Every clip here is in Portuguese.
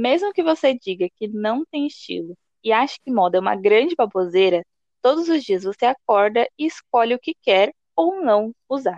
Mesmo que você diga que não tem estilo e ache que moda é uma grande baboseira, todos os dias você acorda e escolhe o que quer ou não usar.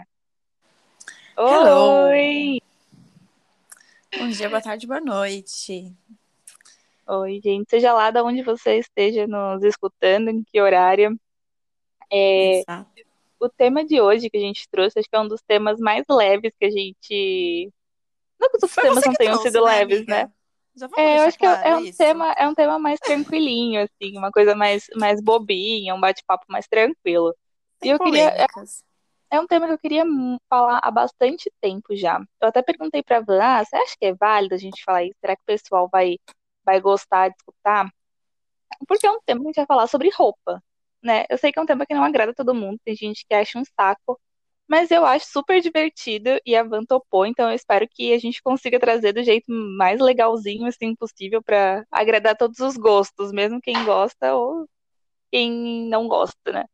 Hello! Oi! Bom dia, boa tarde, boa noite. Oi, gente. Seja lá de onde você esteja nos escutando, em que horário. É, Exato. o tema de hoje que a gente trouxe, acho que é um dos temas mais leves que a gente. Não que os outros Foi temas você não que tenham trouxe, sido né, leves, né? amiga? Já vamos Eu deixar acho que claro isso? é um tema mais tranquilinho, assim, uma coisa mais bobinha, um bate-papo mais tranquilo. E Sem polêmicas. é um tema que eu queria falar há bastante tempo já. Eu até perguntei pra Van, você acha que é válido a gente falar isso? Será que o pessoal vai gostar de escutar? Porque é um tema que a gente vai falar sobre roupa, né? Eu sei que é um tema que não agrada todo mundo, tem gente que acha um saco, mas eu acho super divertido e a Van topou, então eu espero que a gente consiga trazer do jeito mais legalzinho assim possível pra agradar todos os gostos, mesmo quem gosta ou quem não gosta, né?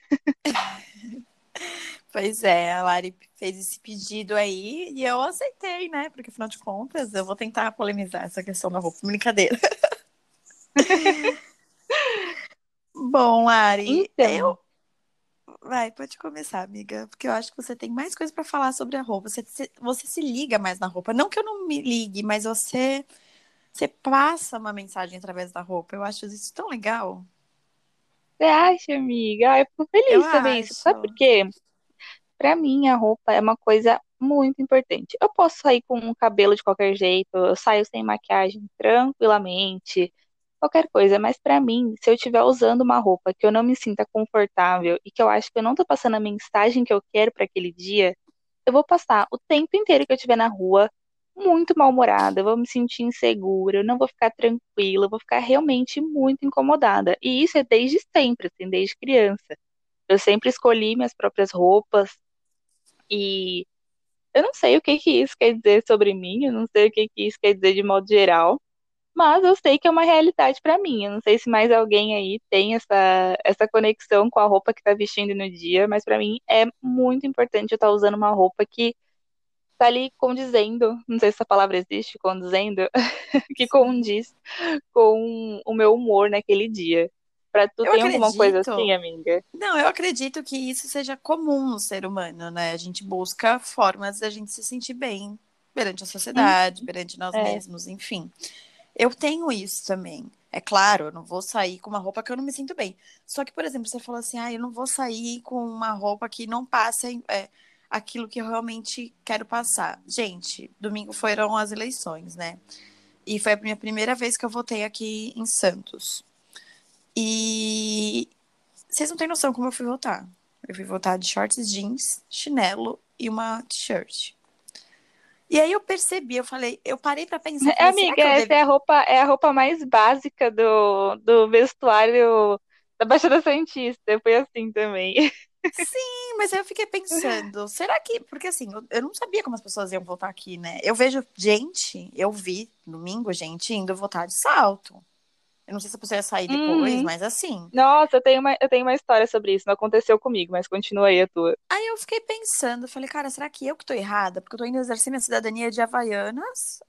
Pois é, a Lari fez esse pedido aí e eu aceitei, né? Porque afinal de contas, eu vou tentar polemizar essa questão da roupa. Brincadeira. Bom, Lari, Então, Vai, pode começar, amiga, porque eu acho que você tem mais coisa pra falar sobre a roupa. Você se liga mais na roupa. Não que eu não me ligue, mas você passa uma mensagem através da roupa. Eu acho isso tão legal. você acha, amiga? Eu fico Eu feliz de saber isso. Sabe por acho. quê? Pra mim, a roupa é uma coisa muito importante. Eu posso sair com o cabelo de qualquer jeito, eu saio sem maquiagem tranquilamente, qualquer coisa, mas pra mim, se eu estiver usando uma roupa que eu não me sinta confortável e que eu acho que eu não tô passando a mensagem que eu quero pra aquele dia, eu vou passar o tempo inteiro que eu estiver na rua muito mal-humorada, eu vou me sentir insegura, eu não vou ficar tranquila, eu vou ficar realmente muito incomodada. E isso é desde sempre, assim, desde criança. Eu sempre escolhi minhas próprias roupas. E eu não sei o que que isso quer dizer sobre mim, eu não sei o que que isso quer dizer de modo geral, mas eu sei que é uma realidade pra mim. Eu não sei se mais alguém aí tem essa conexão com a roupa que tá vestindo no dia, mas pra mim é muito importante eu estar usando uma roupa que tá ali condizendo, não sei se essa palavra existe, condizendo, que condiz com o meu humor naquele dia. Pra tu Eu tem alguma coisa acredito. assim, amiga? Não, eu acredito que isso seja comum no ser humano, né? A gente busca formas da gente se sentir bem perante a Hum, sociedade, perante nós é. mesmos, enfim. Eu tenho isso também. É claro, eu não vou sair com uma roupa que eu não me sinto bem. Só que, por exemplo, você falou assim, eu não vou sair com uma roupa que não passe aquilo que eu realmente quero passar. Gente, domingo foram as eleições, né? E foi a minha primeira vez que eu votei aqui em Santos. E vocês não têm noção como eu fui votar. Eu fui votar de shorts jeans, chinelo e uma t-shirt. E aí eu percebi, eu falei, eu parei pra pensar, falei, será Amiga, que eu essa devo. é a roupa mais básica do vestuário da Baixada Santista. Foi assim também. Sim, mas aí eu fiquei pensando, será que. Porque assim, eu não sabia como as pessoas iam votar aqui, né? Eu vejo gente, eu vi domingo gente indo votar de salto. Eu não sei se a pessoa ia sair depois, Uhum. mas assim. Nossa, eu tenho uma história sobre isso. Não aconteceu comigo, mas continua aí a tua. Aí eu fiquei pensando, falei, cara, será que eu que tô errada? Porque eu tô indo exercer minha cidadania de Havaianas,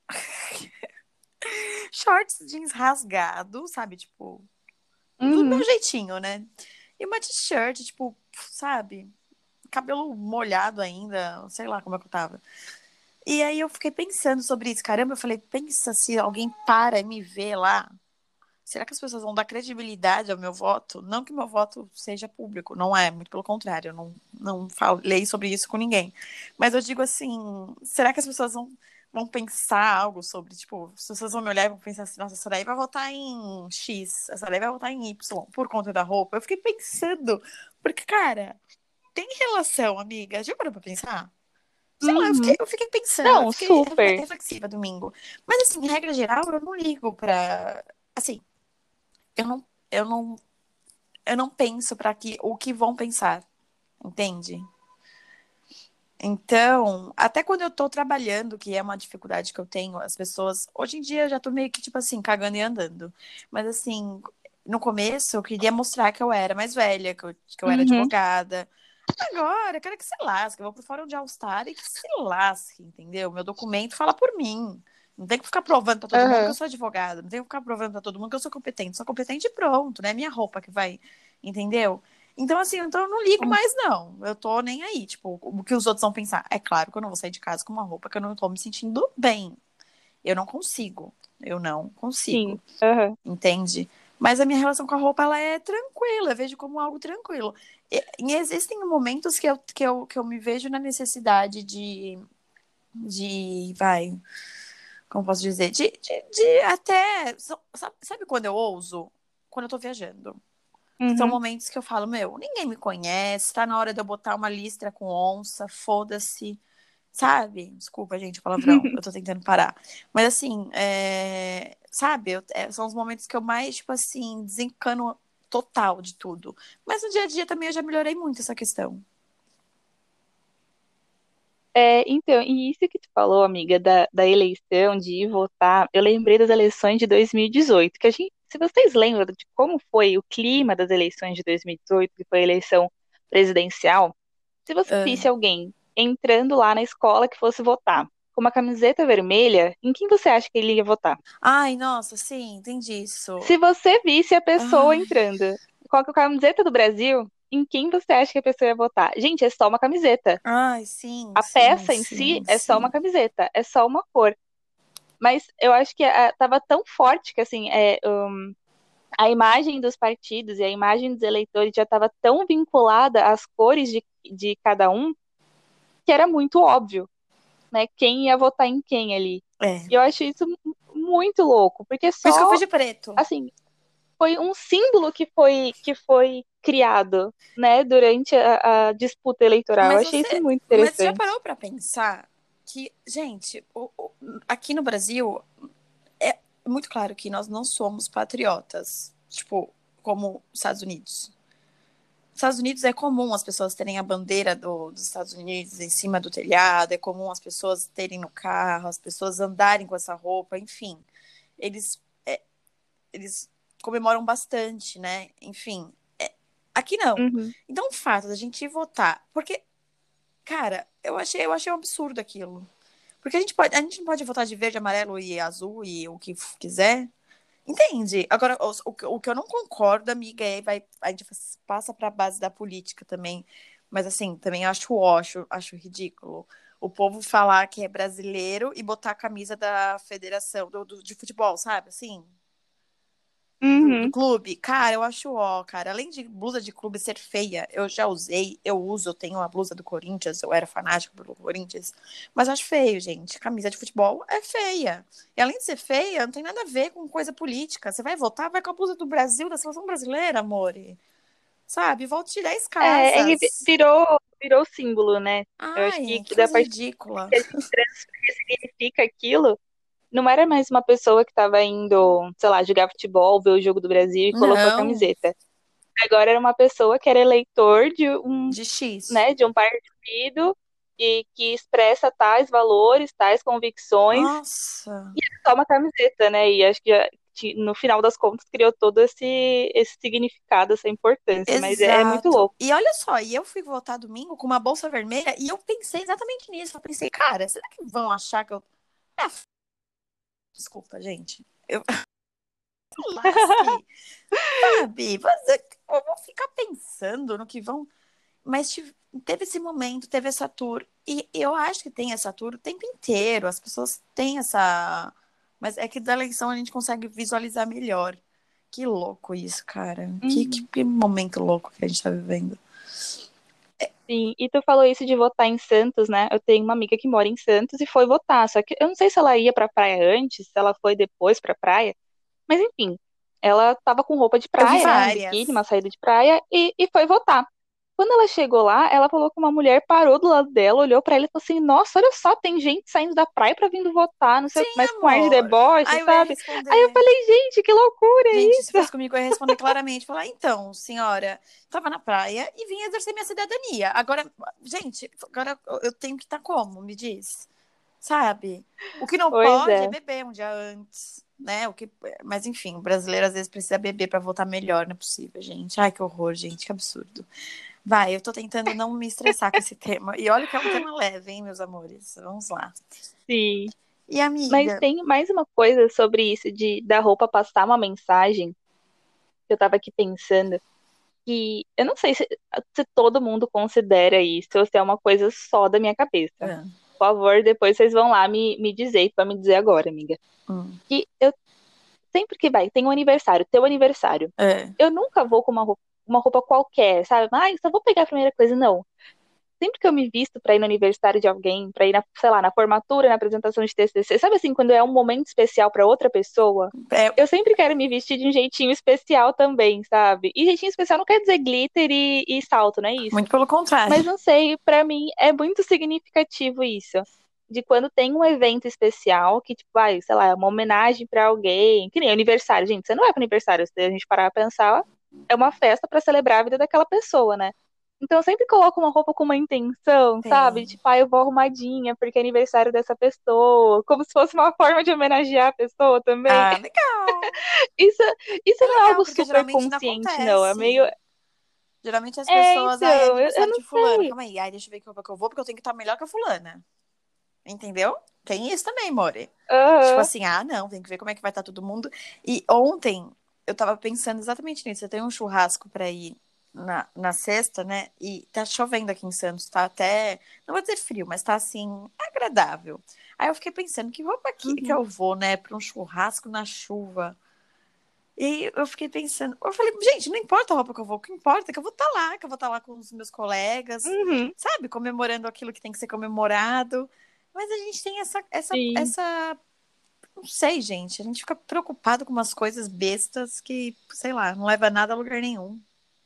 shorts jeans rasgado, sabe? Tipo, do meu Uhum. jeitinho, né? E uma t-shirt, tipo, sabe? Cabelo molhado ainda, sei lá como é que eu tava. E aí eu fiquei pensando sobre isso. Caramba, eu falei, pensa se alguém para e me vê lá. Será que as pessoas vão dar credibilidade ao meu voto? Não que meu voto seja público, não é, muito pelo contrário, eu não falei sobre isso com ninguém. Mas eu digo assim, será que as pessoas vão pensar algo sobre, tipo, as pessoas vão me olhar e vão pensar assim, nossa, essa daí vai votar em X, essa daí vai votar em Y, por conta da roupa. Eu fiquei pensando, porque, cara, tem relação, amiga. Já parou pra pensar? Sei lá, Uhum. eu fiquei pensando, eu Não, fiquei super. reflexiva domingo. Mas, assim, em regra geral, eu não ligo pra. Assim, eu não, eu não, eu não penso para o que vão pensar, entende? Então, até quando eu tô trabalhando, que é uma dificuldade que eu tenho, as pessoas. Hoje em dia eu já tô meio que, tipo assim, cagando e andando. Mas, assim, no começo eu queria mostrar que eu era mais velha, que eu era Uhum. advogada. Agora, eu quero que se lasque. Eu vou pro fórum de All-Star e que se lasque, entendeu? Meu documento fala por mim. Não tem que ficar provando pra todo mundo que eu Aham. sou advogada. Não tem que ficar provando pra todo mundo que eu sou competente. Sou competente e pronto, né? Minha roupa que vai, entendeu? Então, assim, então eu não ligo mais, não. Eu tô nem aí, tipo, o que os outros vão pensar. É claro que eu não vou sair de casa com uma roupa que eu não tô me sentindo bem. Eu não consigo. Eu não Sim. consigo. Aham. Entende? Mas a minha relação com a roupa, ela é tranquila, eu vejo como algo tranquilo. E existem momentos que eu me vejo na necessidade vai, como posso dizer? De até, sabe quando eu ouso? Quando eu tô viajando. São Uhum. momentos que eu falo, meu, ninguém me conhece, tá na hora de eu botar uma listra com onça, foda-se. Sabe? Desculpa, gente, o palavrão. Eu tô tentando parar. Mas assim, sabe? São os momentos que eu mais, tipo assim, desencano total de tudo. Mas no dia a dia também eu já melhorei muito essa questão. Então, e isso que tu falou, amiga, da eleição, de ir votar, eu lembrei das eleições de 2018, que a gente, se vocês lembram de como foi o clima das eleições de 2018, que foi a eleição presidencial, se você Ah. visse alguém entrando lá na escola que fosse votar com uma camiseta vermelha, em quem você acha que ele ia votar? Ai, nossa, sim, entendi isso. Se você visse a pessoa Ai, entrando com a camiseta do Brasil, em quem você acha que a pessoa ia votar? Gente, é só uma camiseta. ai, sim, A sim, peça em si sim, é só uma sim. camiseta, é só uma cor. Mas eu acho que tava tão forte que assim, a imagem dos partidos e a imagem dos eleitores já estava tão vinculada às cores de cada um que era muito óbvio, né? Quem ia votar em quem ali. É. E eu acho isso muito louco, porque Por isso que eu fui só, de preto. assim, foi um símbolo que foi criado, né, durante a disputa eleitoral. Eu Mas achei isso você, muito mas você já interessante. parou pra pensar que, gente, aqui no Brasil é muito claro que nós não somos patriotas, tipo, como os Estados Unidos. Nos Estados Unidos é comum as pessoas terem a bandeira dos Estados Unidos em cima do telhado, é comum as pessoas terem no carro, as pessoas andarem com essa roupa, enfim. Eles, eles comemoram bastante, né? Enfim, aqui não. Uhum, Então, o fato da gente ir votar, porque, cara, eu achei um absurdo aquilo. Porque a gente não pode votar de verde, amarelo e azul e o que quiser. Entende? Agora, o que eu não concordo, amiga, a gente passa para a base da política também. Mas, assim, também acho ridículo o povo falar que é brasileiro e botar a camisa da federação de futebol, sabe? Assim, do uhum. clube. Cara, eu acho cara. Além de blusa de clube ser feia, eu já usei, eu uso, eu tenho uma blusa do Corinthians, eu era fanática pelo Corinthians, mas eu acho feio, gente. Camisa de futebol é feia. E além de ser feia, não tem nada a ver com coisa política. Você vai votar, vai com a blusa do Brasil, da seleção brasileira, amor. Sabe? Volte 10 É que casas. virou símbolo, né? Eu acho Ai, que que da coisa partir ridícula. que a gente ressignifica aquilo, não era mais uma pessoa que estava indo, sei lá, jogar futebol, ver o jogo do Brasil e colocou a Não, camiseta. Agora era uma pessoa que era eleitor de X. né, de um partido e que expressa tais valores, tais convicções, Nossa. e é só uma camiseta, né? E acho que no final das contas criou todo esse significado, essa importância, mas é muito Exato. louco. E olha só, e eu fui votar domingo com uma bolsa vermelha e eu pensei exatamente nisso. Eu pensei, cara, será que vão achar que eu. Ah, desculpa, gente. Eu lasque, sabe? Mas eu vou ficar pensando no que vão. Mas teve esse momento, teve essa tour. E eu acho que tem essa tour o tempo inteiro. As pessoas têm essa. Mas é que da eleição a gente consegue visualizar melhor. Que louco isso, cara. Que, Uhum. que, que momento louco que a gente tá vivendo. Sim, e tu falou isso de votar em Santos, né? Eu tenho uma amiga que mora em Santos e foi votar, só que eu não sei se ela ia pra praia antes, se ela foi depois pra praia, mas enfim, ela tava com roupa de Eu vi praia, né? Um biquíni, várias. uma saída de praia e foi votar. Quando ela chegou lá, ela falou que uma mulher parou do lado dela, olhou pra ela e falou assim: Nossa, olha só, tem gente saindo da praia pra vir votar, não sei, Sim, mas com ar de amor. deboche, Aí eu ia sabe? Aí eu responder. falei: Gente, que loucura Gente, se isso! fosse comigo, eu ia responder claramente. Falar, então, senhora, estava na praia e vim exercer minha cidadania. Agora, gente, agora eu tenho que estar como? Me diz. Sabe? O que não Pois pode é é. beber um dia antes, né? Mas enfim, o brasileiro às vezes precisa beber para votar melhor, não é possível, gente. Ai, que horror, gente, que absurdo. Vai, eu tô tentando não me estressar com esse tema. E olha que é um tema leve, hein, meus amores? Vamos lá. Sim. E Mas amiga, tem mais uma coisa sobre isso de da roupa passar uma mensagem, que eu tava aqui pensando, que eu não sei se todo mundo considera isso ou se é uma coisa só da minha cabeça. ah, Por favor, depois vocês vão lá me dizer, para me dizer agora, amiga. hum, Que eu sempre que vai, tem um aniversário, teu aniversário. é, Eu nunca vou com uma roupa qualquer, sabe? Ai, só vou pegar a primeira coisa, não. Sempre que eu me visto pra ir no aniversário de alguém, pra ir na, sei lá, na formatura, na apresentação de TCC, sabe assim, quando é um momento especial pra outra pessoa, é eu sempre quero me vestir de um jeitinho especial também, sabe? E jeitinho especial não quer dizer glitter e salto, não é isso? muito pelo contrário. Mas não sei, pra mim é muito significativo isso. De quando tem um evento especial que, tipo, vai, sei lá, é uma homenagem pra alguém, que nem aniversário, gente, você não é pro aniversário, se a gente parar pra pensar, é uma festa pra celebrar a vida daquela pessoa, né? Então eu sempre coloco uma roupa com uma intenção, sabe? Tem. Tipo, ah, eu vou arrumadinha porque é aniversário dessa pessoa, como se fosse uma forma de homenagear a pessoa também. Ah, legal. Isso, isso É não é legal, algo porque super geralmente não consciente, não. É acontece. meio. Geralmente as É, pessoas, ai, é então, eu aniversário não de fulano. sei. Calma aí, ai, deixa eu ver que roupa que eu vou, porque eu tenho que estar melhor que a fulana. Entendeu? Tem isso também, More. Tipo Aham. assim, ah, não, tem que ver como é que vai estar todo mundo. E ontem eu tava pensando exatamente nisso. Eu tenho um churrasco pra ir na sexta, né? E tá chovendo aqui em Santos, tá até, não vou dizer frio, mas tá assim, agradável. Aí eu fiquei pensando, que roupa que Uhum. eu vou, né, pra um churrasco na chuva? E eu fiquei pensando, eu falei, gente, não importa a roupa que eu vou, o que importa é que eu vou estar lá, que eu vou estar lá com os meus colegas, Uhum. sabe, comemorando aquilo que tem que ser comemorado. Mas a gente tem Sim. não sei, gente, a gente fica preocupado com umas coisas bestas que, sei lá, não leva nada a lugar nenhum.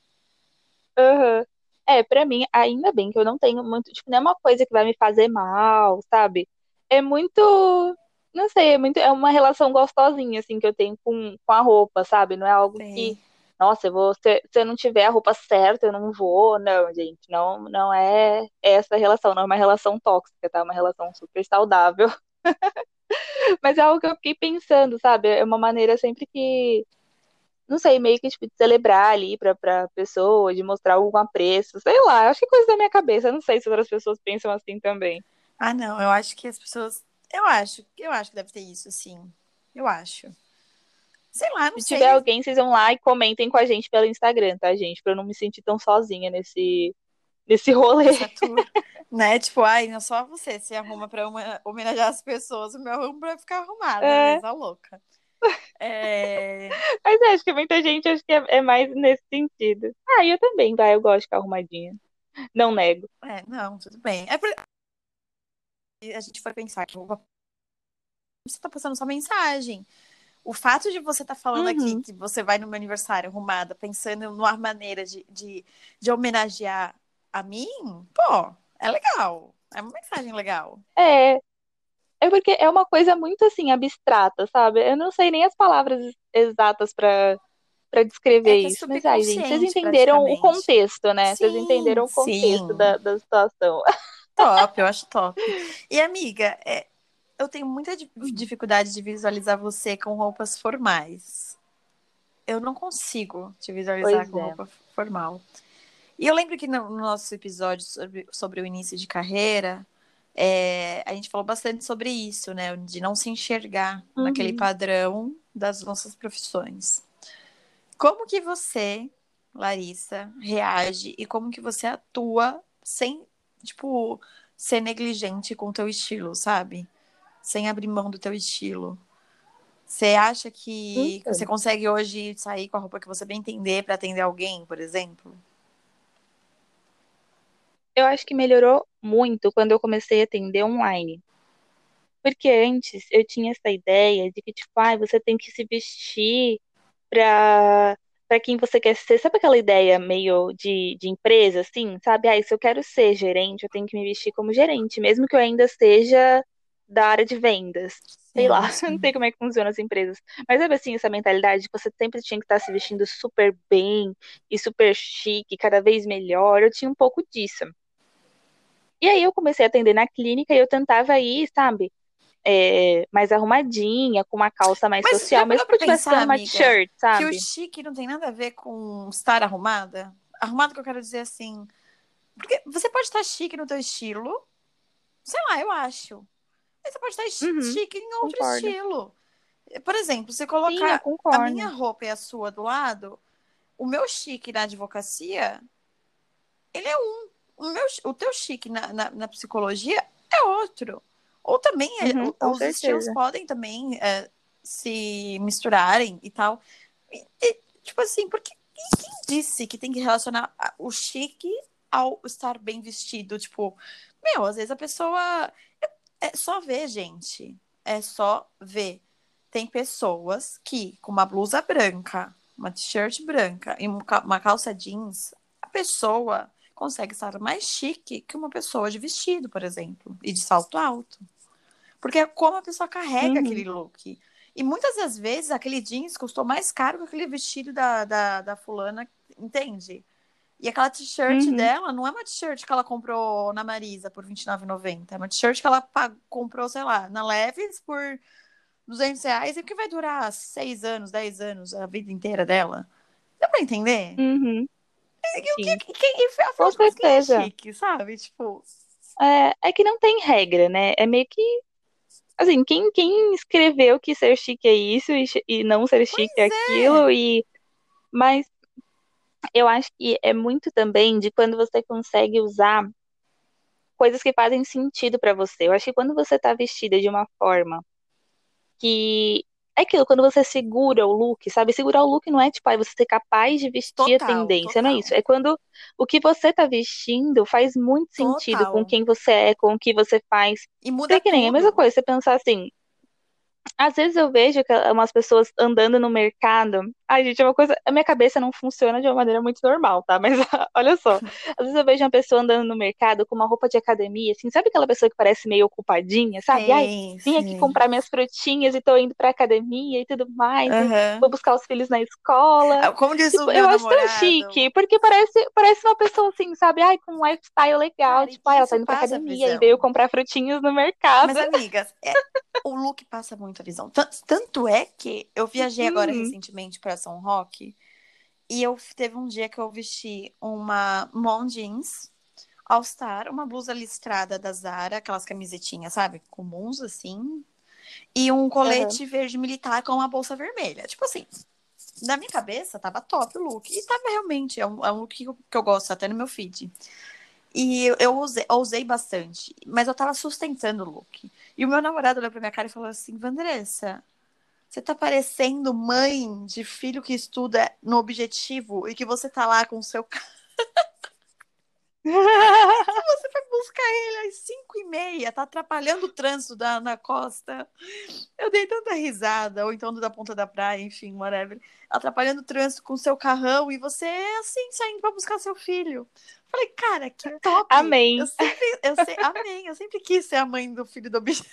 Aham. É, pra mim, ainda bem que eu não tenho muito, tipo, não é uma coisa que vai me fazer mal, sabe? É muito, não sei, é uma relação gostosinha, assim, que eu tenho com a roupa, sabe? Não é algo que, Sei. nossa, se eu não tiver a roupa certa, eu não vou. Não, gente, não é essa relação, não é uma relação tóxica, tá? É uma relação super saudável. Mas é algo que eu fiquei pensando, sabe? É uma maneira sempre que não sei, meio que tipo, de celebrar ali pra pessoa, de mostrar algum apreço, sei lá, acho que é coisa da minha cabeça, não sei se outras pessoas pensam assim também. Ah, não, eu acho que as pessoas. Eu acho que deve ter isso, sim. Eu acho. Sei lá, não Se tiver sei. alguém, vocês vão lá e comentem com a gente pelo Instagram, tá, gente? Pra eu não me sentir tão sozinha nesse rolê. Nessa tour, né? Tipo, ai, não só você se arruma pra homenagear as pessoas, o meu arrumo pra ficar arrumada É, mesmo, a louca. É... mas acho que muita gente acho que é mais nesse sentido. Ah, eu também, vai, eu gosto de ficar arrumadinha. Não nego. não, tudo bem. É por... A gente foi pensar que você tá passando sua mensagem. O fato de você estar falando aqui Uhum. que você vai no meu aniversário arrumada, pensando numa maneira de homenagear a mim, pô, é legal. É uma mensagem legal. É, é porque é uma coisa muito assim abstrata, sabe? Eu não sei nem as palavras exatas pra É descrever que é isso. Mas, ai, gente, vocês subconsciente, entenderam o praticamente. contexto, né? Vocês Sim, entenderam o contexto sim. da situação. Top, eu acho top. E, amiga, eu tenho muita Uhum. dificuldade de visualizar você com roupas formais. Eu não consigo te visualizar Pois com é. roupa formal. E eu lembro que no nosso episódio sobre o início de carreira, a gente falou bastante sobre isso, né? De não se enxergar naquele Uhum. padrão das nossas profissões. Como que você, Larissa, reage e como que você atua sem, tipo, ser negligente com o teu estilo, sabe? Sem abrir mão do teu estilo. Você acha que você Então, consegue hoje sair com a roupa que você bem entender para atender alguém, por exemplo? eu acho que melhorou muito quando eu comecei a atender online. Porque antes eu tinha essa ideia de que, tipo, ai, você tem que se vestir pra, pra quem você quer ser. Sabe aquela ideia meio de empresa, assim? Sabe? Ah, se eu quero ser gerente, eu tenho que me vestir como gerente, mesmo que eu ainda seja da área de vendas. Sei lá, Sim, não sim. sei como é que funcionam as empresas. Mas sabe assim, essa mentalidade de que você sempre tinha que estar se vestindo super bem e super chique, cada vez melhor. Eu tinha um pouco disso. E aí eu comecei a atender na clínica e eu tentava ir, sabe? Mais arrumadinha, com uma calça mais Mas já social, parou mesmo pra que eu estivesse pensar, usando uma amiga, t-shirt, que o sabe? chique não tem nada a ver com estar arrumada? Arrumado que eu quero dizer assim. Porque você pode estar chique no teu estilo, sei lá, eu acho. Aí você pode estar Uhum, chique em outro concordo. estilo. Por exemplo, você Sim, eu colocar a minha concordo. roupa e a sua do lado, o meu chique na advocacia, ele é um. O teu chique na psicologia é outro. Ou também, Uhum, com os estilos certeza. podem também se misturarem e tal. Tipo assim, porque quem disse que tem que relacionar o chique ao estar bem vestido? Tipo, meu, às vezes a pessoa. É só ver, gente. É só ver. Tem pessoas que, com uma blusa branca, uma t-shirt branca e uma calça jeans, a pessoa consegue estar mais chique que uma pessoa de vestido, por exemplo, e de salto alto. Porque é como a pessoa carrega aquele Uhum, look. E muitas das vezes aquele jeans custou mais caro que aquele vestido da fulana, entende? E aquela t-shirt uhum, dela não é uma t-shirt que ela comprou na Marisa por R$ 29,90. É uma t-shirt que ela comprou, sei lá, na Levi's por R$ 200 e que vai durar 6 anos, 10 anos, a vida inteira dela. Dá pra entender? uhum, sim, Afinal com de contas, quem é certeza. chique, sabe? Tipo, É que não tem regra, né? É meio que, assim, quem escreveu que ser chique é isso e não ser chique é é, aquilo, mas eu acho que é muito também de quando você consegue usar coisas que fazem sentido pra você. Eu acho que quando você tá vestida de uma forma que é aquilo, quando você segura o look, sabe? Segurar o look não é tipo, aí você ser capaz de vestir a total, tendência, não é isso. total, É quando o que você tá vestindo faz muito sentido com total. quem você é, com o que você faz. E muda Porque que nem a mesma tudo. coisa, você pensar assim, às vezes eu vejo que umas pessoas andando no mercado. Ai, gente, é uma coisa. A minha cabeça não funciona de uma maneira muito normal, tá? Mas olha só. Às vezes eu vejo uma pessoa andando no mercado com uma roupa de academia, assim, sabe aquela pessoa que parece meio ocupadinha, sabe? Ai, Sim, vim aqui sim. comprar minhas frutinhas e tô indo pra academia e tudo mais, e vou Aham. buscar os filhos na escola. Como diz o Tipo, meu eu acho tão namorado, chique, porque parece uma pessoa assim, sabe? Ai, com um lifestyle legal. cara, Tipo, ai, e ela tá isso indo pra passa a academia e veio visão. comprar frutinhas no mercado. Mas, amigas, o look passa muito a visão. Tanto é que eu viajei agora Uhum, recentemente para São Roque e eu teve um dia que eu vesti uma mom jeans All Star, uma blusa listrada da Zara, aquelas camisetinhas, sabe? Comuns assim, e um aham. colete verde militar com uma bolsa vermelha. Tipo assim, na minha cabeça tava top o look. E tava realmente, é um look que eu gosto, até no meu feed. E eu usei bastante, mas eu tava sustentando o look. E o meu namorado olhou pra minha cara e falou assim: Vandressa, você tá parecendo mãe de filho que estuda no objetivo e que você tá lá com o seu carro. Você foi buscar ele às 5h30, tá atrapalhando o trânsito na costa. Eu dei tanta risada, ou então da ponta da praia, enfim, whatever. Atrapalhando o trânsito com o seu carrão e você assim, saindo pra buscar seu filho. Falei, cara, que top! Amém. Amém, eu sempre quis ser a mãe do filho do bicho.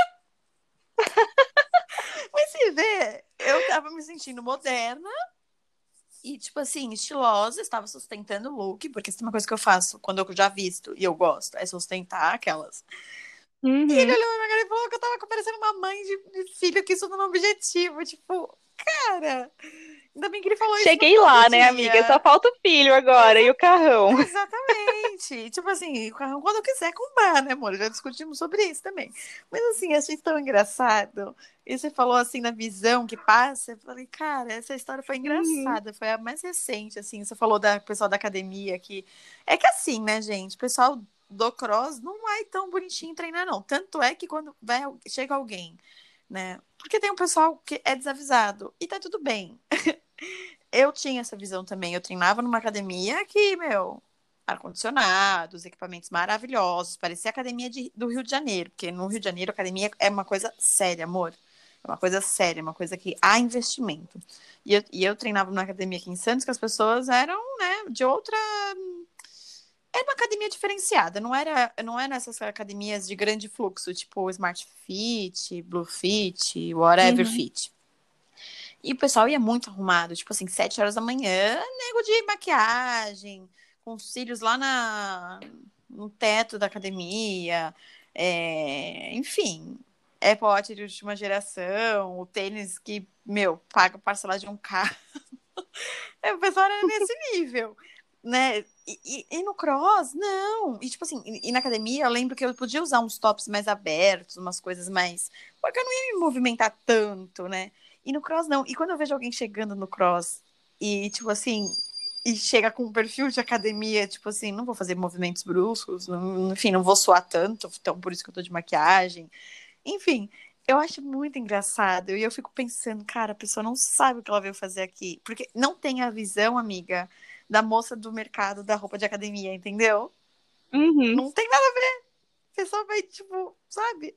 Mas se vê, eu tava me sentindo moderna e, tipo assim, estilosa, estava sustentando o look, porque se tem uma coisa que eu faço quando eu já visto e eu gosto, é sustentar aquelas. E ele Uhum. olhou na minha cara e falou que eu tava parecendo uma mãe de filho que estuda no objetivo. Tipo, cara, ainda bem que ele falou isso no Cheguei final lá, do né, amiga? Só dia. falta o filho agora e o carrão. Exatamente. Tipo assim, o carrão quando eu quiser comprar, né, amor? Já discutimos sobre isso também. Mas assim, achei tão engraçado. E você falou assim na visão que passa, eu falei, cara, essa história foi Uhum. engraçada, foi a mais recente, assim. Você falou da pessoal da academia que. É que assim, né, gente? O pessoal do cross não vai tão bonitinho treinar, não. Tanto é que quando chega alguém, né? Porque tem um pessoal que é desavisado e tá tudo bem. Eu tinha essa visão também. Eu treinava numa academia que, meu, ar-condicionados, equipamentos maravilhosos, parecia academia do Rio de Janeiro, porque no Rio de Janeiro a academia é uma coisa séria, amor. É uma coisa séria, uma coisa que há investimento. E eu treinava numa academia aqui em Santos que as pessoas eram, né, de outra. Era uma academia diferenciada, não era essas academias de grande fluxo, tipo Smart Fit, Blue Fit, Whatever Uhum. Fit. E o pessoal ia muito arrumado, tipo assim, 7 horas da manhã, nego de maquiagem, com os cílios lá no teto da academia, enfim, AirPod de última geração, o tênis que, meu, paga parcelar de um carro. O pessoal era nesse nível. né? E no cross, não. E tipo assim, e na academia eu lembro que eu podia usar uns tops mais abertos, umas coisas mais. Porque eu não ia me movimentar tanto, né? E no cross não. E quando eu vejo alguém chegando no cross e, tipo assim, e chega com um perfil de academia, tipo assim, não vou fazer movimentos bruscos, enfim, não vou suar tanto, então por isso que eu tô de maquiagem. Enfim, eu acho muito engraçado. E eu fico pensando, cara, a pessoa não sabe o que ela veio fazer aqui. Porque não tem a visão, amiga, da moça do mercado da roupa de academia, entendeu? Uhum. Não tem nada. A pessoa vai, tipo, sabe?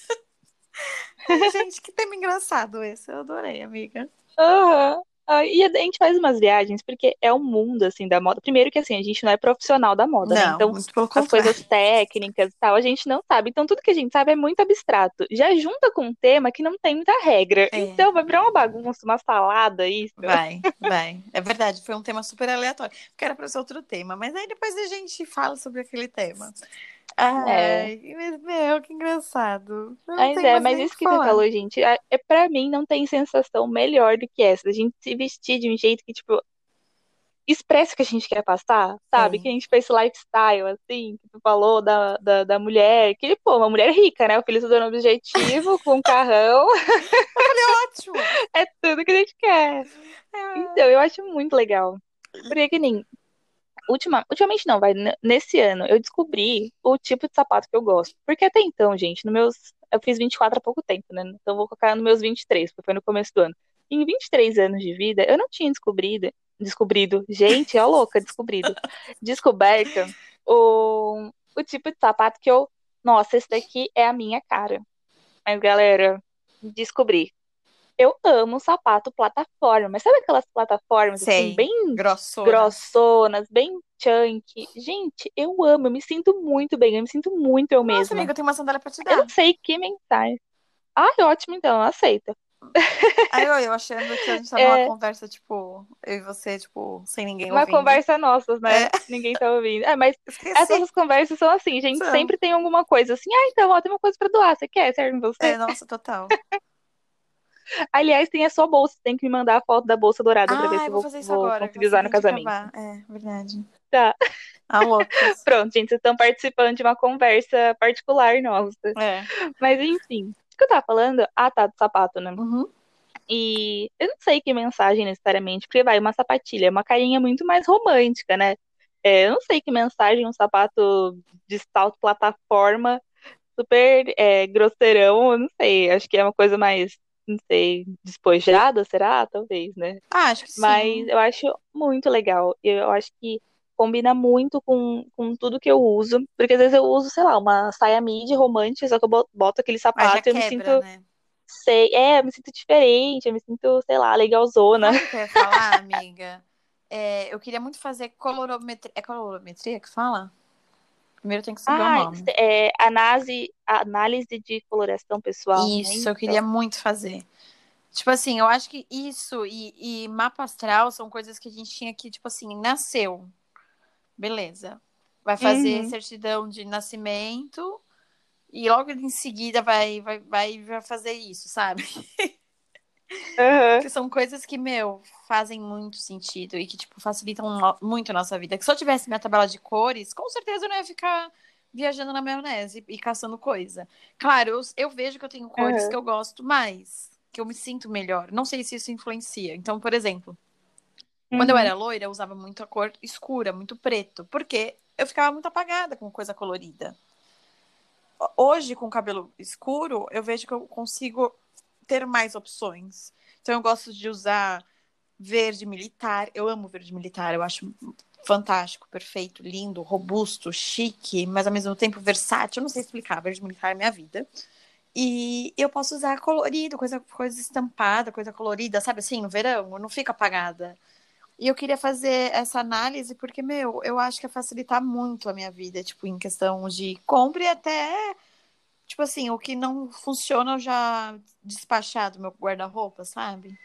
Ai, gente, que tema engraçado esse. Eu adorei, amiga. Aham. Ah, e a gente faz umas viagens porque é o mundo, assim, da moda. Primeiro que, assim, a gente não é profissional da moda, né? Não, Então, muito pelo as contrário. coisas técnicas e tal, a gente não sabe. Então, tudo que a gente sabe é muito abstrato. Já junta com um tema que não tem muita regra. É, Então, vai virar uma bagunça, uma salada, isso. vai, vai. É verdade, foi um tema super aleatório. Porque era para ser outro tema, mas aí depois a gente fala sobre aquele tema. É. Ai, mas, meu, que engraçado. Eu não Mas tenho é, mais mas nem o isso que que você falar. falou, gente, pra mim não tem sensação melhor do que essa. A gente se vestir de um jeito que, tipo, expressa o que a gente quer passar, sabe? É. Que a gente fez esse lifestyle, assim, que tu falou da mulher, que, pô, uma mulher rica, né? O filho estudando objetivo, com um carrão, Eu falei, ótimo. é tudo que a gente quer. Então, É. eu acho muito legal. Porque que nem, ultimamente não, vai, nesse ano, eu descobri o tipo de sapato que eu gosto. Porque até então, gente, eu fiz 24 há pouco tempo, né? Então eu vou colocar nos meus 23, porque foi no começo do ano. Em 23 anos de vida, eu não tinha descobrido, gente, ó louca, descoberto o tipo de sapato que eu, nossa, esse daqui é a minha cara. Mas, galera, descobri. Eu amo sapato plataforma, mas sabe aquelas plataformas assim, Sei. bem Grossonas. grossonas, bem chunky? Gente, eu amo, eu me sinto muito bem, eu me sinto muito eu Nossa, amiga, mesma. eu tenho uma sandália pra te Eu não dar. sei que mensagem. Ah, ótimo, então, aceita. Aí eu achando que a gente tá numa É conversa, tipo, eu e você, tipo, sem ninguém uma ouvindo. conversa nossas, É, né? Ninguém tá ouvindo. É, mas essas esqueci. nossas conversas são assim, a gente São. sempre tem alguma coisa assim. Ah, então, ó, tem uma coisa pra doar, você quer? Serve em você? É, nossa, total. Aliás, tem a sua bolsa, tem que me mandar a foto da bolsa dourada pra ver Ah, se eu eu vou vou, fazer isso vou agora, conseguir assim usar que a no gente casamento. acabar. É, verdade. Tá. Ah, loucas. Pronto, gente, vocês estão participando de uma conversa particular nossa. É. Mas enfim, o que eu tava falando? Ah, tá, do sapato, né? Uhum. E eu não sei que mensagem necessariamente, porque vai, uma sapatilha, é uma carinha muito mais romântica, né? É, eu não sei que mensagem um sapato de salto plataforma super grosseirão, eu não sei, acho que é uma coisa mais, não sei, despojada, será? Talvez, né? Ah, acho que Mas sim. eu acho muito legal. Eu acho que combina muito com tudo que eu uso. Porque às vezes eu uso, sei lá, uma saia midi romântica, só que eu boto aquele Mas já sapato e eu me quebra, sinto, né? eu me sinto diferente, eu me sinto, sei lá, legalzona. Sabe o que eu ia falar, amiga? É, eu queria muito fazer colorometria. É colorometria que fala? Primeiro tem que saber o Ah, nome. análise de coloração pessoal, não é Isso, eu queria isso? muito fazer. Tipo assim, eu acho que isso e mapa astral são coisas que a gente tinha que, tipo assim, nasceu. Beleza. Vai fazer Uhum, certidão de nascimento e logo em seguida vai fazer isso, sabe? aham, Que são coisas que, meu, fazem muito sentido e que, tipo, facilitam muito a nossa vida. Que se eu tivesse minha tabela de cores, com certeza eu não ia ficar viajando na maionese e caçando coisa. Claro, eu vejo que eu tenho cores que aham, eu gosto mais, que eu me sinto melhor. Não sei se isso influencia. Então, por exemplo, quando eu uhum, era loira, eu usava muito a cor escura, muito preto, porque eu ficava muito apagada com coisa colorida. Hoje, com cabelo escuro, eu vejo que eu consigo ter mais opções. Então, eu gosto de usar verde militar. Eu amo verde militar, eu acho fantástico, perfeito, lindo, robusto, chique, mas ao mesmo tempo versátil. Eu não sei explicar, verde militar é minha vida. E eu posso usar colorido, coisa estampada, coisa colorida, sabe assim, no verão, eu não fico apagada. E eu queria fazer essa análise porque, meu, eu acho que ia facilitar muito a minha vida, tipo, em questão de compra e até, tipo assim, o que não funciona eu já despachar do meu guarda-roupa, sabe?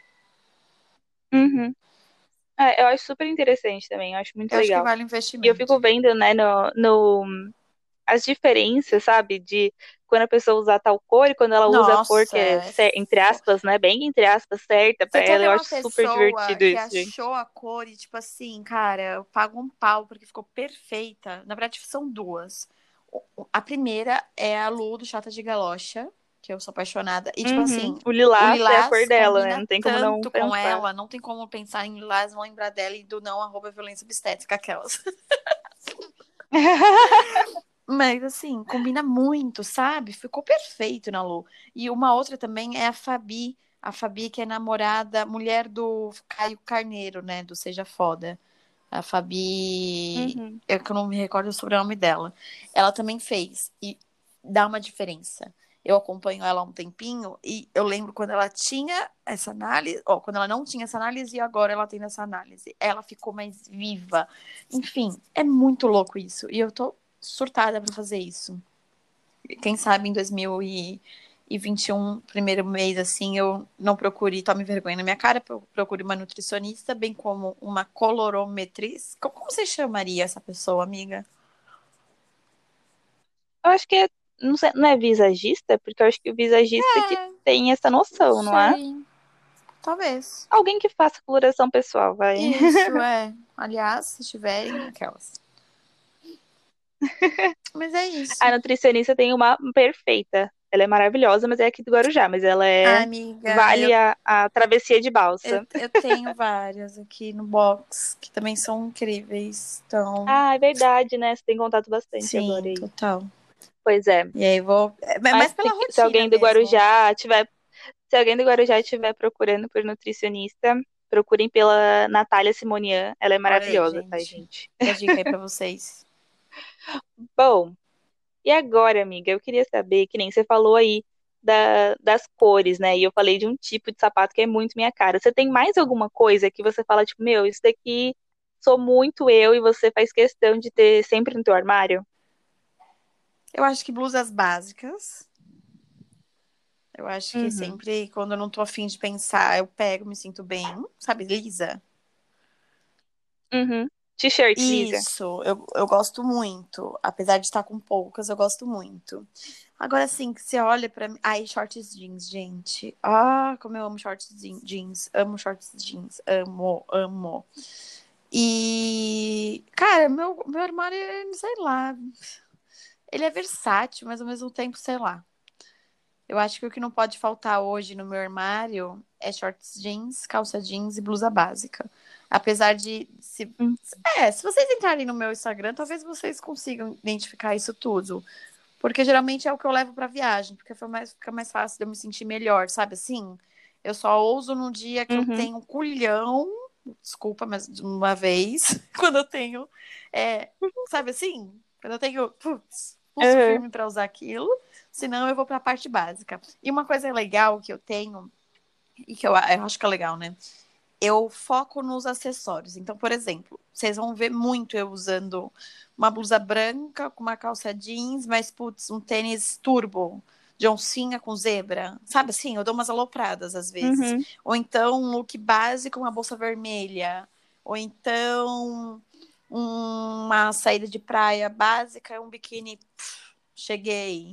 uhum. É, eu acho super interessante também, eu acho muito Eu acho que legal. vale o E eu investimento. fico vendo, né, as diferenças, sabe? De quando a pessoa usa tal cor e quando ela usa a cor Nossa, que é, entre aspas, né? Bem entre aspas, certa pra você quer ela. ver Eu uma acho super pessoa divertido que isso, gente. achou a cor e, tipo assim, cara, eu pago um pau porque ficou perfeita. Na verdade, são duas. A primeira é a Lu do Chata de Galocha, que eu sou apaixonada. E, tipo Uhum. assim, O o lilás é a cor Lilás dela, né? combina Não tem como não tanto com pensar. ela, não tem como pensar em Lilás, não lembrar dela e do não arroba violência obstétrica, aquelas. Mas, assim, combina muito, sabe? Ficou perfeito na Lu. E uma outra também é a Fabi. A Fabi, que é namorada, mulher do Caio Carneiro, né? Do Seja Foda. A Fabi. Uhum. É que eu não me recordo o sobrenome dela. Ela também fez. E dá uma diferença. Eu acompanho ela há um tempinho e eu lembro quando ela tinha essa análise, ó, quando ela não tinha essa análise e agora ela tem essa análise. Ela ficou mais viva. Enfim, é muito louco isso. E eu tô surtada pra fazer isso. Quem sabe em 2021, primeiro mês, assim, eu não procure, tome vergonha na minha cara, procure uma nutricionista, bem como uma colorometriz. Como você chamaria essa pessoa, amiga? Eu acho que é, não sei, não é visagista, porque eu acho que o visagista que É, tem essa não noção, não é? sei. Talvez. Alguém que faça coloração pessoal, vai. Isso, é. Aliás, se tiverem, aquelas. Mas é A isso. nutricionista tem uma perfeita. Ela é maravilhosa, mas é aqui do Guarujá, mas ela Ah, é amiga, vale a travessia de balsa. eu tenho várias aqui no box que também são incríveis. Então, Ah, é verdade, né? Você tem contato bastante agora sim, aí. total. Pois é. E aí vou. É Mas mais pela se rotina alguém do mesmo. Guarujá tiver, se alguém do Guarujá estiver procurando por nutricionista, procurem pela Natália Simonian. Ela é Olha aí, maravilhosa, tá, gente. gente? Fica a dica aí pra vocês. Bom, e agora, amiga, eu queria saber, que nem você falou aí das cores, né? E eu falei de um tipo de sapato que é muito minha cara. Você tem mais alguma coisa que você fala, tipo, meu, isso daqui sou muito eu e você faz questão de ter sempre no teu armário? Eu acho que blusas básicas. Eu acho que Uhum. sempre, quando eu não tô afim de pensar, eu pego, me sinto bem, sabe, lisa. Uhum. T-shirt, Lisa. Isso, eu gosto muito. Apesar de estar com poucas, eu gosto muito. Agora, assim, que você olha pra mim. Ai, shorts jeans, gente. Ah, como eu amo shorts jeans. Amo shorts jeans. Amo, amo. E, cara, meu armário, sei lá. Ele é versátil, mas ao mesmo tempo, sei lá. Eu acho que o que não pode faltar hoje no meu armário é shorts jeans, calça jeans e blusa básica. Apesar de Hum. se vocês entrarem no meu Instagram, talvez vocês consigam identificar isso tudo. Porque geralmente é o que eu levo pra viagem, porque fica mais fácil de eu me sentir melhor, sabe assim? Eu só uso no dia que eu Uhum. tenho culhão, desculpa, mas de uma vez, quando eu tenho, é, sabe assim? Quando eu tenho, putz, pulso Uhum. firme pra usar aquilo, senão eu vou pra parte básica. E uma coisa legal que eu tenho, e que eu acho que é legal, né? Eu foco nos acessórios. Então, por exemplo, vocês vão ver muito eu usando uma blusa branca com uma calça jeans, mas, putz, um tênis turbo, de oncinha com zebra. Sabe assim? Eu dou umas alopradas às vezes. Uhum. Ou então um look básico, uma bolsa vermelha. Ou então uma saída de praia básica, um biquíni, cheguei.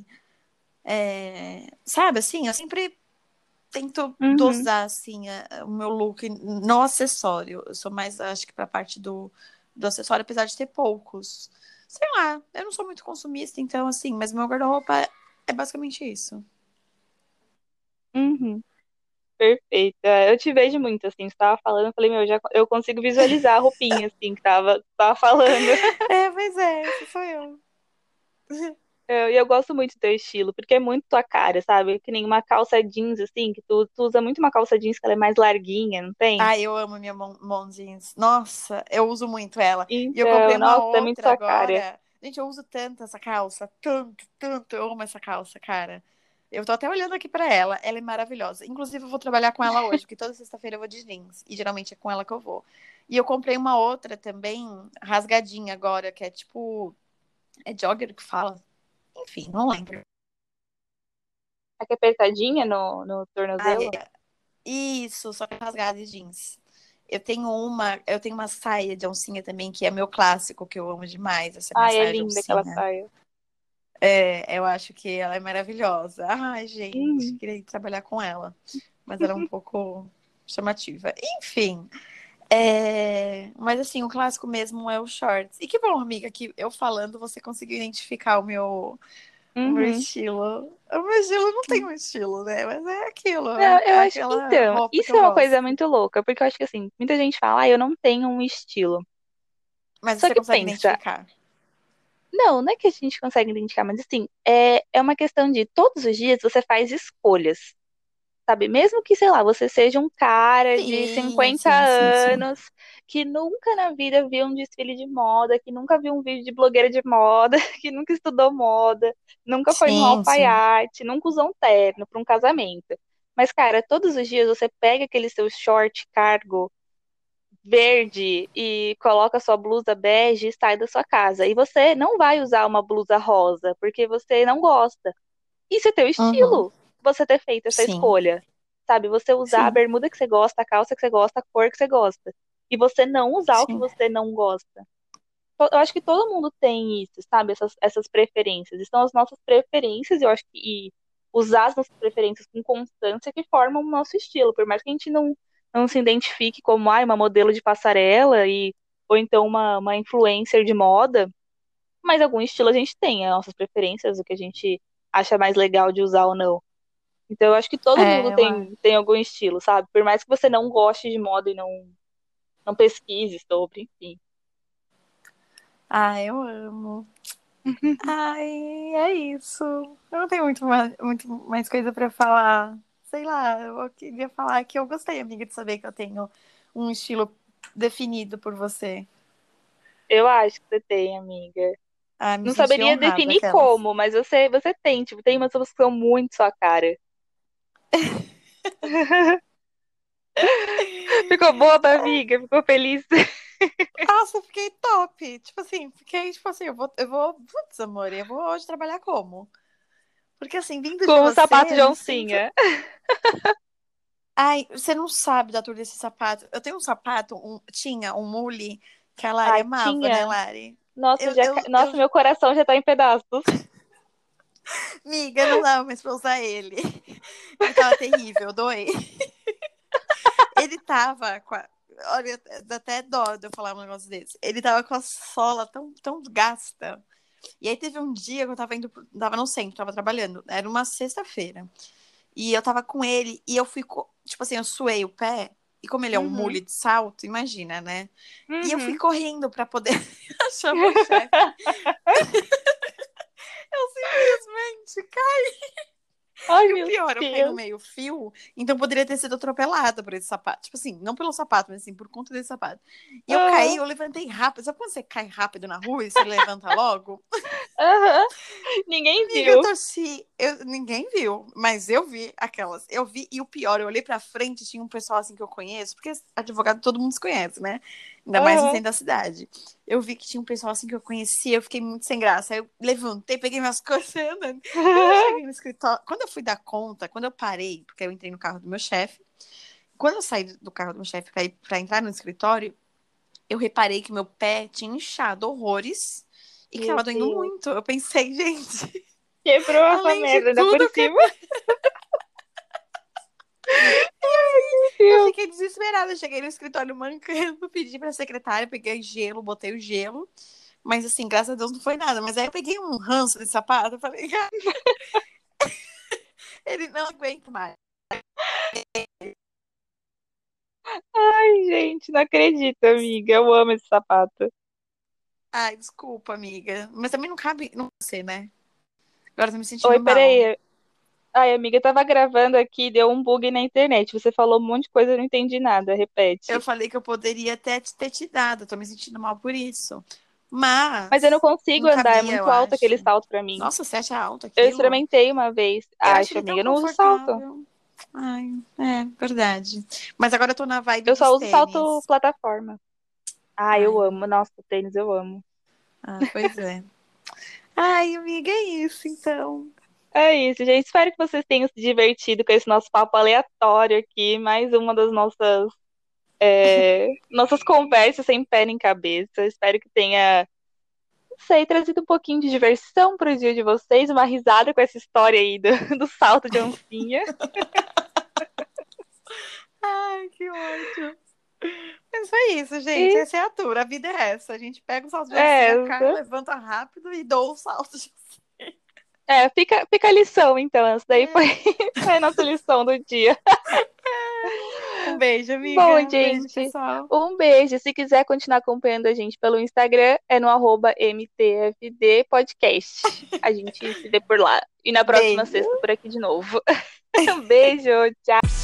Sabe assim? Eu sempre tento Uhum. dosar assim o meu look no acessório. Eu sou mais, acho que pra parte do acessório, apesar de ter poucos. Sei lá, eu não sou muito consumista, então assim, mas meu guarda-roupa é basicamente isso. Uhum. Perfeito. É, eu te vejo muito, assim, você tava falando, eu falei, meu, já, eu consigo visualizar a roupinha, assim, que tava falando. É, pois é, essa sou eu. E eu gosto muito do teu estilo, porque é muito tua cara, sabe? Que nem uma calça jeans, assim, que tu usa muito uma calça jeans que ela é mais larguinha, não tem? Ai, eu amo minha mão jeans. Nossa, eu uso muito ela. E eu comprei Então, uma nossa, é muito outra tua cara. agora. Gente, eu uso tanto essa calça, tanto, tanto. Eu amo essa calça, cara. Eu tô até olhando aqui pra ela. Ela é maravilhosa. Inclusive, eu vou trabalhar com ela hoje, porque toda sexta-feira eu vou de jeans. E geralmente é com ela que eu vou. E eu comprei uma outra também, rasgadinha agora, que é tipo. É jogger que fala? Enfim, não lembro. Aqui apertadinha no Ah, tornozelo. isso, só que rasgada de jeans. Eu tenho uma saia de oncinha também, que é meu clássico, que eu amo demais, essa minha Ai, é saia de linda aquela oncinha. saia. É, eu acho que ela é maravilhosa. Ai, gente, Hum, queria ir trabalhar com ela. Mas ela é um pouco chamativa. Enfim. Mas assim, o clássico mesmo é o shorts. E que bom, amiga, que eu falando você conseguiu identificar o meu uhum. estilo. O meu estilo não tem um estilo, né? Mas é aquilo, Não, eu é acho. aquela Então, roupa que isso eu é uma coisa gosto. muito louca, porque eu acho que assim, muita gente fala, eu não tenho um estilo. Mas Só você que consegue pensa, identificar. não é que a gente consegue identificar, mas assim, é uma questão de todos os dias você faz escolhas. Sabe? Mesmo que, sei lá, você seja um cara de Sim, 50 sim, sim, sim. anos que nunca na vida viu um desfile de moda, que nunca viu um vídeo de blogueira de moda, que nunca estudou moda, nunca foi num Sim, sim. alfaiate, nunca usou um terno para um casamento. Mas, cara, todos os dias você pega aquele seu short cargo verde e coloca sua blusa bege e sai da sua casa. E você não vai usar uma blusa rosa, porque você não gosta. Isso é teu Uhum. estilo, você ter feito essa Sim, escolha. Sabe, você usar a sim, bermuda que você gosta, a calça que você gosta, a cor que você gosta. E você não usar o que sim. você não gosta. Eu acho que todo mundo tem isso, sabe? Essas preferências. E são as nossas preferências, eu acho que e usar as nossas preferências com constância que formam o nosso estilo. Por mais que a gente não se identifique como uma modelo de passarela ou então uma influencer de moda, mas algum estilo a gente tem, as nossas preferências, o que a gente acha mais legal de usar ou não. Então, eu acho que todo mundo É, eu acho. tem algum estilo, sabe? Por mais que você não goste de moda e não pesquise sobre, enfim. Ai, eu amo. Ai, é isso. Eu não tenho muito mais coisa pra falar. Sei lá, eu queria falar que eu gostei, amiga, de saber que eu tenho um estilo definido por você. Eu acho que você tem, amiga. Ai, me Não senti saberia honrada, definir aquelas. como, mas você tem, tipo, tem umas pessoas que são muito sua cara. Ficou boba, amiga? Ficou feliz? Nossa, eu fiquei top. Tipo assim, putz, amor, eu vou hoje trabalhar como? Porque assim, vindo de Com o sapato você, de eu me sinto. oncinha. Ai, você não sabe da tour desse sapato. Eu tenho um sapato, tinha um mule que a Lari Ai, amava, né, tinha. Lari? Nossa, Eu, eu, eu, Nossa, meu coração já tá em pedaços. Miga, não dava mais pra usar ele. Ele tava terrível, eu doei. Ele tava com a. Olha, dá até dó de eu falar um negócio desse. Ele tava com a sola tão gasta. E aí teve um dia que eu tava indo, tava no centro, tava trabalhando. Era uma sexta-feira. E eu tava com ele e eu fui, tipo assim, eu suei o pé. E como ele é um Uhum. mule de salto, imagina, né? E eu fui Uhum. correndo pra poder achar meu chefe. Eu simplesmente Ai, E o meu pior, eu caí no Deus. meio fio, então poderia ter sido atropelada por esse sapato. Tipo assim, não pelo sapato, mas assim, por conta desse sapato. E eu caí, Aham. eu levantei rápido. Sabe quando você cai rápido na rua e você levanta logo? Aham. Ninguém Amiga, eu viu. torci. Ninguém viu, mas eu vi aquelas. Eu vi, e o pior, eu olhei pra frente, tinha um pessoal assim que eu conheço, porque advogado todo mundo se conhece, né? Ainda mais no Aham. centro da cidade. Eu vi que tinha um pessoal assim que eu conhecia, eu fiquei muito sem graça. Aí eu levantei, peguei minhas coisas e andando. Quando eu cheguei no escritório, quando eu fui dar conta, quando eu parei, porque eu entrei no carro do meu chefe, quando eu saí do carro do meu chefe pra entrar no escritório, eu reparei que meu pé tinha inchado horrores e que Meu tava doendo Deus. muito. Eu pensei, gente. Quebrou essa Além de merda ainda tudo, por eu cima. quebrei. Eu Deus. fiquei desesperada. Eu cheguei no escritório mancando, pedi pra secretária, peguei gelo, botei o gelo. Mas assim, graças a Deus não foi nada. Mas aí eu peguei um ranço de sapato. Eu falei, cara, ele não aguenta mais. Ai, gente, não acredito, amiga. Eu amo esse sapato. Ai, desculpa, amiga. Mas também não cabe não você, né? Agora eu tô me Oi, sentindo mal. peraí. Ai, amiga, eu tava gravando aqui, deu um bug na internet. Você falou um monte de coisa, eu não entendi nada. Eu Repete. falei que eu poderia até ter te dado. Eu tô me sentindo mal por isso. Mas eu não Mas consigo não andar, é cabia, eu muito alto aquele acho. salto pra mim. Nossa, você acha alto Eu aquilo? experimentei uma vez, Eu acho acho, ele amiga. tão Eu não uso salto. confortável. Ai, é verdade. Mas agora eu tô na vibe Eu dos só uso salto tênis. plataforma. Ah, eu Ai, amo. Nossa, tênis eu amo. pois é. Ai, amiga, é isso, então. É isso, gente. Espero que vocês tenham se divertido com esse nosso papo aleatório aqui. Mais uma das nossas conversas sem pé nem cabeça. Espero que tenha sei, trazido um pouquinho de diversão para o dia de vocês, uma risada com essa história aí do salto de oncinha. Ai, que ódio. Mas foi isso, gente. E Essa é a tour. A vida é essa. A gente pega o salto de oncinha, cai, essa. levanta rápido e dou o salto de oncinha. Fica a lição, então. Essa daí foi, É. foi a nossa lição do dia. Um beijo, amiga. Bom, Um beijo, gente, pessoal. um beijo. Se quiser continuar acompanhando a gente pelo Instagram, é no @mtfd podcast. A gente se vê por lá. E na próxima Beijo. sexta por aqui de novo. Um beijo, tchau.